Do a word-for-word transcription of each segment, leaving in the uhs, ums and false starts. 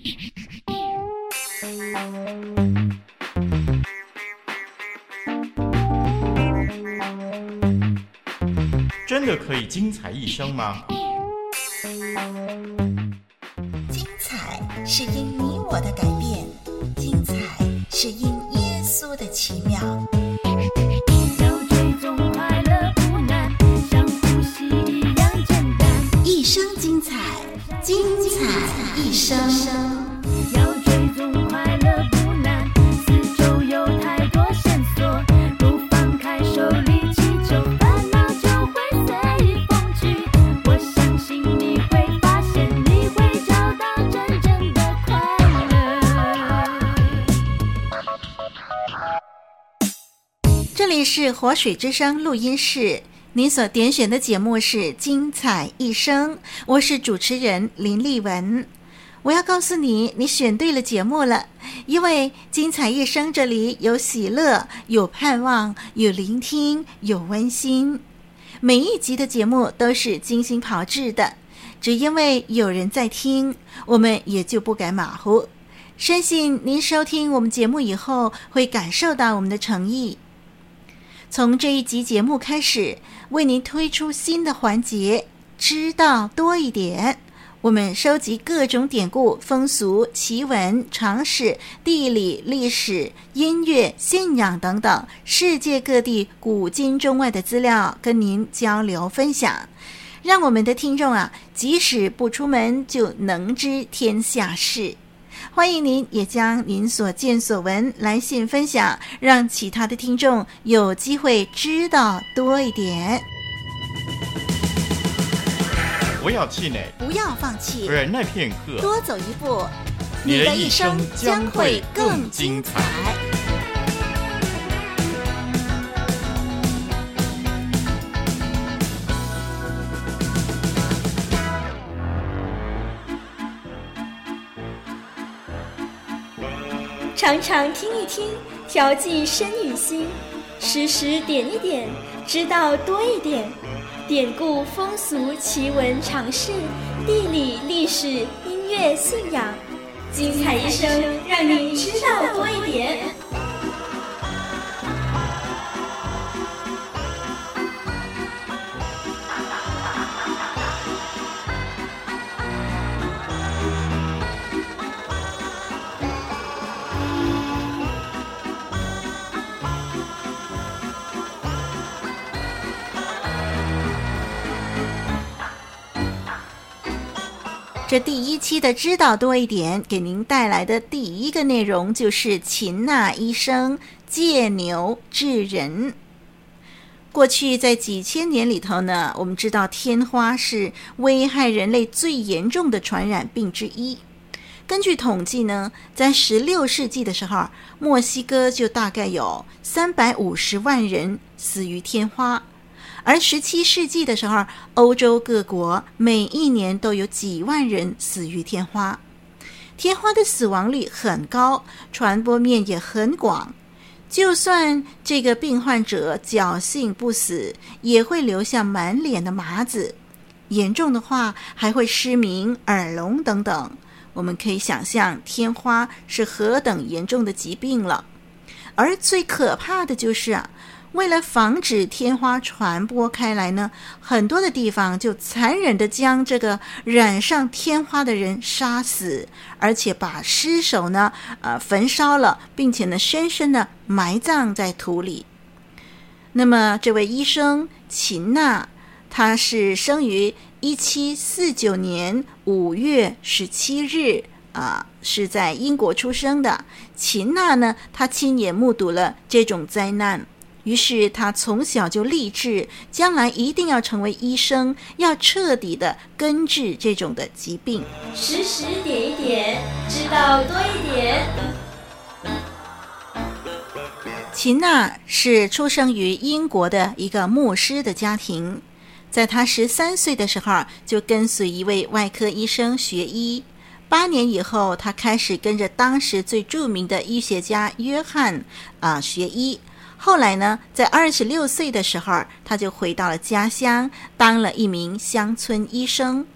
真的可以精彩一生吗？ 精彩是因你我的改变，精彩是因耶稣的奇妙。 要追踪快乐不难，像呼吸一样简单。 一生精彩，精彩一生。 要追踪快乐不难，四周有太多线索，不放开手力气就烦恼就会随意风去。我相信你会发现，你会找到真正的快乐。 这里是活水之声录音室，您所点选的节目是精彩一生，我是主持人林丽文。我要告诉你，你选对了节目了，因为精彩一生这里有喜乐，有盼望，有聆听，有温馨。每一集的节目都是精心炮制的，只因为有人在听，我们也就不敢马虎。深信您收听我们节目以后，会感受到我们的诚意。从这一集节目开始，为您推出新的环节，知道多一点。我们收集各种典故、风俗、奇闻、常识、地理、历史、音乐、信仰等等世界各地古今中外的资料，跟您交流分享，让我们的听众啊，即使不出门就能知天下事。欢迎您也将您所见所闻来信分享，让其他的听众有机会知道多一点。 不要气馁， 不要放弃， 忍耐片刻， 多走一步， 你的一生将会更精彩。 常常听一听，调剂身与心，时时点一点，知道多一点。典故、风俗、奇闻、常识、地理、历史、音乐、信仰，精彩一生，让你知道多一点。 这第一期的知道多一点，给您带来的第一个内容就是秦娜医生借牛治人。过去在几千年里头呢，我们知道天花是危害人类最严重的传染病之一。根据统计呢，在十六世纪的时候，墨西哥就大概有三百五十万人死于天花。而十七世纪的时候，欧洲各国每一年都有几万人死于天花。天花的死亡率很高，传播面也很广。就算这个病患者侥幸不死，也会留下满脸的麻子，严重的话还会失明、耳聋等等。我们可以想象天花是何等严重的疾病了。而最可怕的就是啊，为了防止天花传播开来呢，很多的地方就残忍地将这个染上天花的人杀死，而且把尸首呢呃焚烧了，并且呢深深地埋葬在土里。那么这位医生秦娜，他是生于一七四九年五月十七日啊、呃，是在英国出生的。秦娜呢，他亲眼目睹了这种灾难。于是他从小就立志，将来一定要成为医生，要彻底的根治这种的疾病。 时时点一点，知道多一点。 秦娜是出生于英国的一个牧师的家庭，在他十三岁的时候就跟随一位外科医生学医。八年以后，他开始跟着当时最著名的医学家约翰啊、呃、学医。后来呢，在二十六岁的时候，他就回到了家乡，当了一名乡村医生。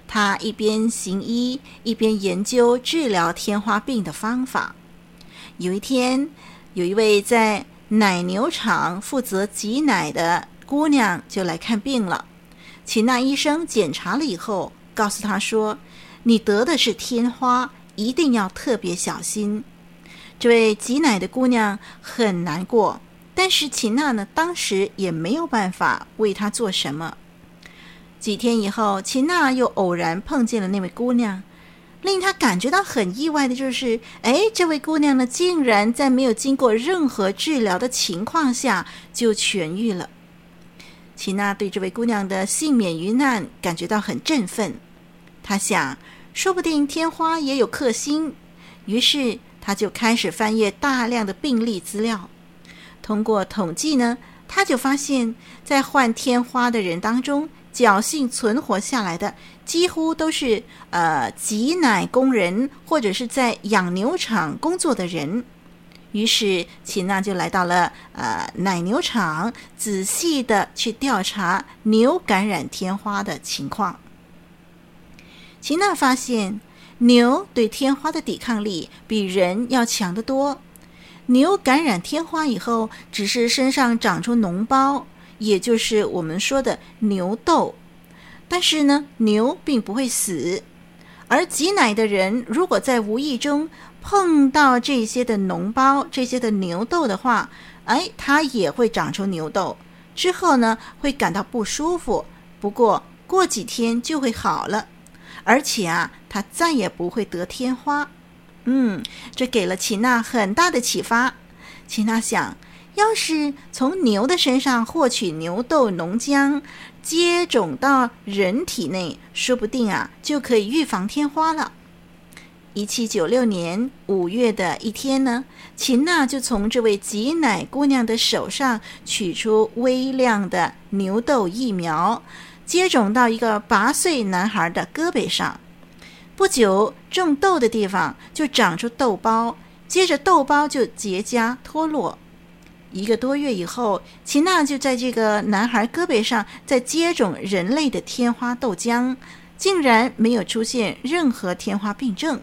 他一边行医，一边研究治疗天花病的方法。有一天，有一位在奶牛场负责挤奶的姑娘就来看病了。秦娜医生检查了以后，告诉她说，你得的是天花，一定要特别小心。这位挤奶的姑娘很难过，但是秦娜呢，当时也没有办法为她做什么。几天以后，秦娜又偶然碰见了那位姑娘，令她感觉到很意外的就是，哎，这位姑娘呢，竟然在没有经过任何治疗的情况下就痊愈了。秦娜对这位姑娘的幸免于难感觉到很振奋，她想，说不定天花也有克星，于是她就开始翻阅大量的病例资料。通过统计呢，她就发现，在患天花的人当中，侥幸存活下来的几乎都是呃挤奶工人或者是在养牛场工作的人。于是秦娜就来到了呃奶牛场，仔细的去调查牛感染天花的情况。秦娜发现牛对天花的抵抗力比人要强得多。牛感染天花以后，只是身上长出脓包，也就是我们说的牛痘，但是呢，牛并不会死。而挤奶的人如果在无意中碰到这些的脓包，这些的牛痘的话，哎，它也会长出牛痘，之后呢会感到不舒服，不过过几天就会好了，而且啊，它再也不会得天花。嗯，这给了秦娜很大的启发。秦娜想，要是从牛的身上获取牛痘脓浆，接种到人体内，说不定啊就可以预防天花了。一七九六年五月的一天呢，秦娜就从这位挤奶姑娘的手上取出微量的牛痘疫苗，接种到一个八岁男孩的胳膊上。不久，种痘的地方就长出痘包，接着痘包就结痂脱落。一个多月以后，秦娜就在这个男孩胳膊上再接种人类的天花豆浆，竟然没有出现任何天花病症。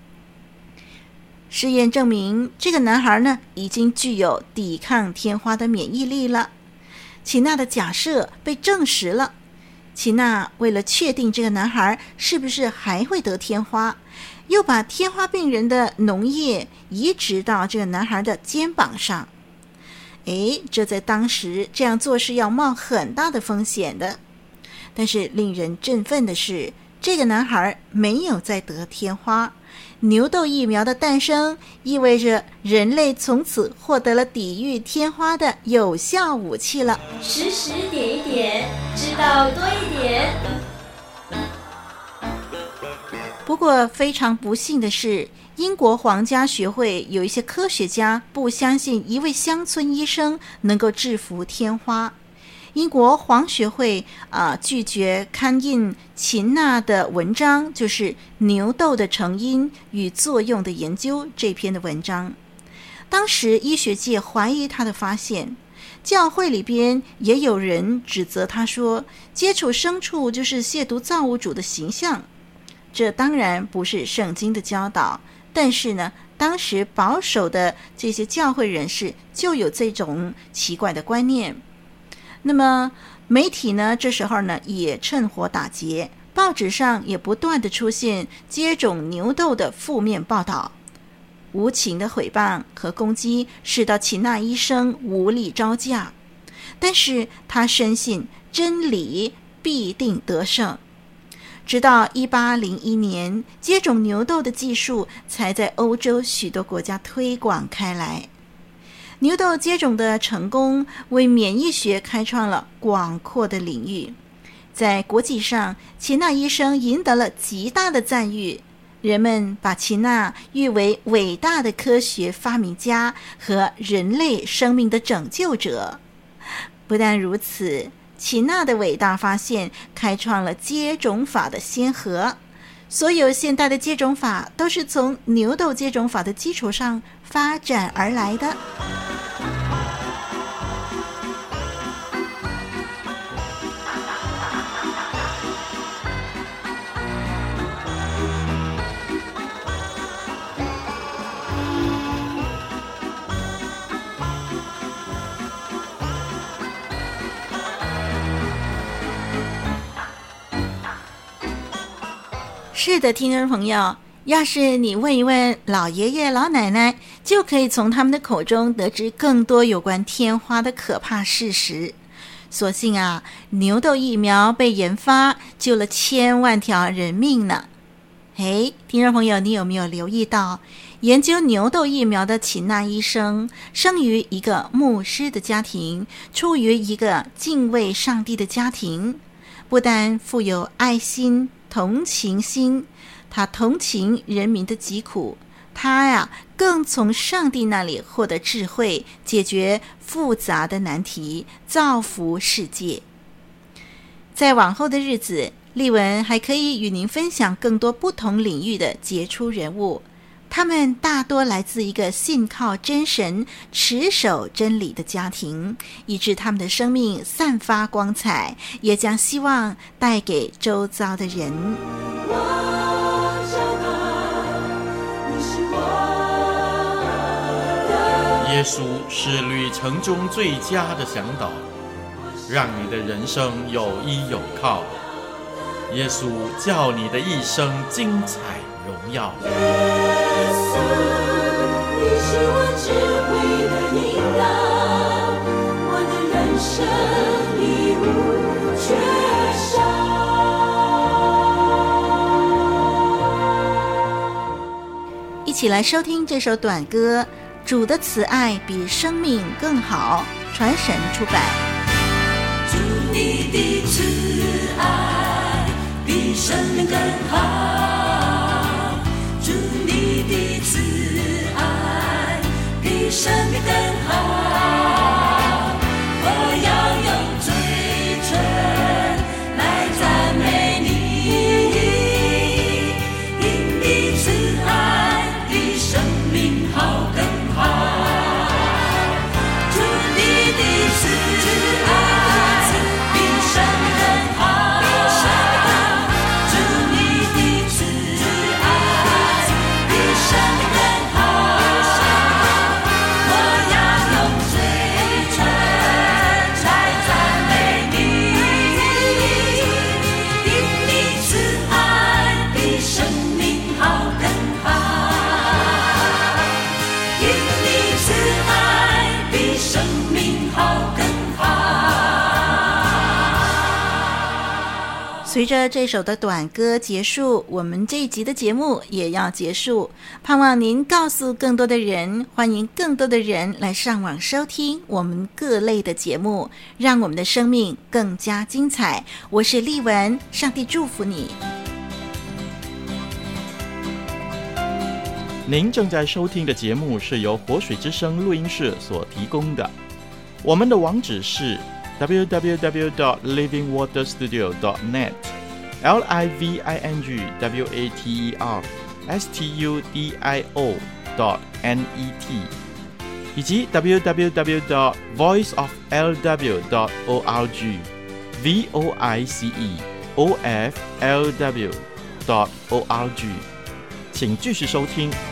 试验证明，这个男孩呢，已经具有抵抗天花的免疫力了。秦娜的假设被证实了。秦娜为了确定这个男孩是不是还会得天花，又把天花病人的脓液移植到这个男孩的肩膀上。诶，这在当时这样做是要冒很大的风险的。但是令人振奋的是，这个男孩没有再得天花。牛痘疫苗的诞生意味着人类从此获得了抵御天花的有效武器了。 时时点一点，知道多一点。 不过非常不幸的是，英国皇家学会有一些科学家不相信一位乡村医生能够制服天花。英国皇学会啊、呃、拒绝刊印秦娜的文章，就是牛痘的成因与作用的研究这篇的文章。当时医学界怀疑他的发现，教会里边也有人指责他说，接触牲畜就是亵渎造物主的形象。这当然不是圣经的教导，但是呢，当时保守的这些教会人士就有这种奇怪的观念。那么媒体呢，这时候呢也趁火打劫，报纸上也不断的出现接种牛痘的负面报道，无情的诽谤和攻击使到秦娜医生无力招架，但是他深信真理必定得胜。直到一八零一年，接种牛痘的技术才在欧洲许多国家推广开来。牛痘接种的成功为免疫学开创了广阔的领域，在国际上，秦娜医生赢得了极大的赞誉，人们把秦娜誉为伟大的科学发明家和人类生命的拯救者。不但如此，秦娜的伟大发现开创了接种法的先河，所有现代的接种法都是从牛痘接种法的基础上发展而来的。 是的，听众朋友，要是你问一问老爷爷老奶奶，就可以从他们的口中得知更多有关天花的可怕事实。所幸啊，牛痘疫苗被研发，救了千万条人命呢。嘿，听众朋友，你有没有留意到，研究牛痘疫苗的秦娜医生生于一个牧师的家庭，出于一个敬畏上帝的家庭，不但富有爱心、同情心，他同情人民的疾苦，他呀更从上帝那里获得智慧，解决复杂的难题，造福世界。在往后的日子，丽文还可以与您分享更多不同领域的杰出人物，他们大多来自一个信靠真神、持守真理的家庭，以致他们的生命散发光彩，也将希望带给周遭的人。 耶稣是旅程中最佳的向导，让你的人生有依有靠。耶稣叫你的一生精彩荣耀。 耶稣，你是我智慧的引导，我的人生已无缺少。一起来收听这首短歌，主的慈爱比生命更好，传神出版。 主你的慈爱比生命更好，主你的慈爱比生命更好，我要用嘴唇来赞美你，因你慈爱比生命好更好，主你的慈爱比生命更好，主你的慈爱比生命更好，我要用嘴唇来赞美你，因你慈爱比生命好更好，因你慈爱比生命好更好。 随着这首的短歌结束，我们这一集的节目也要结束。盼望您告诉更多的人，欢迎更多的人来上网收听我们各类的节目，让我们的生命更加精彩。我是丽文，上帝祝福你。 您正在收听的节目是由活水之声录音室所提供的，我们的网址是 double-u double-u double-u dot living water studio dot net L I V I N G W A T E R S T U D I O dot N E T 以及 double-u double-u double-u dot voice of L W dot org V O I C E O F L W dot org 请继续收听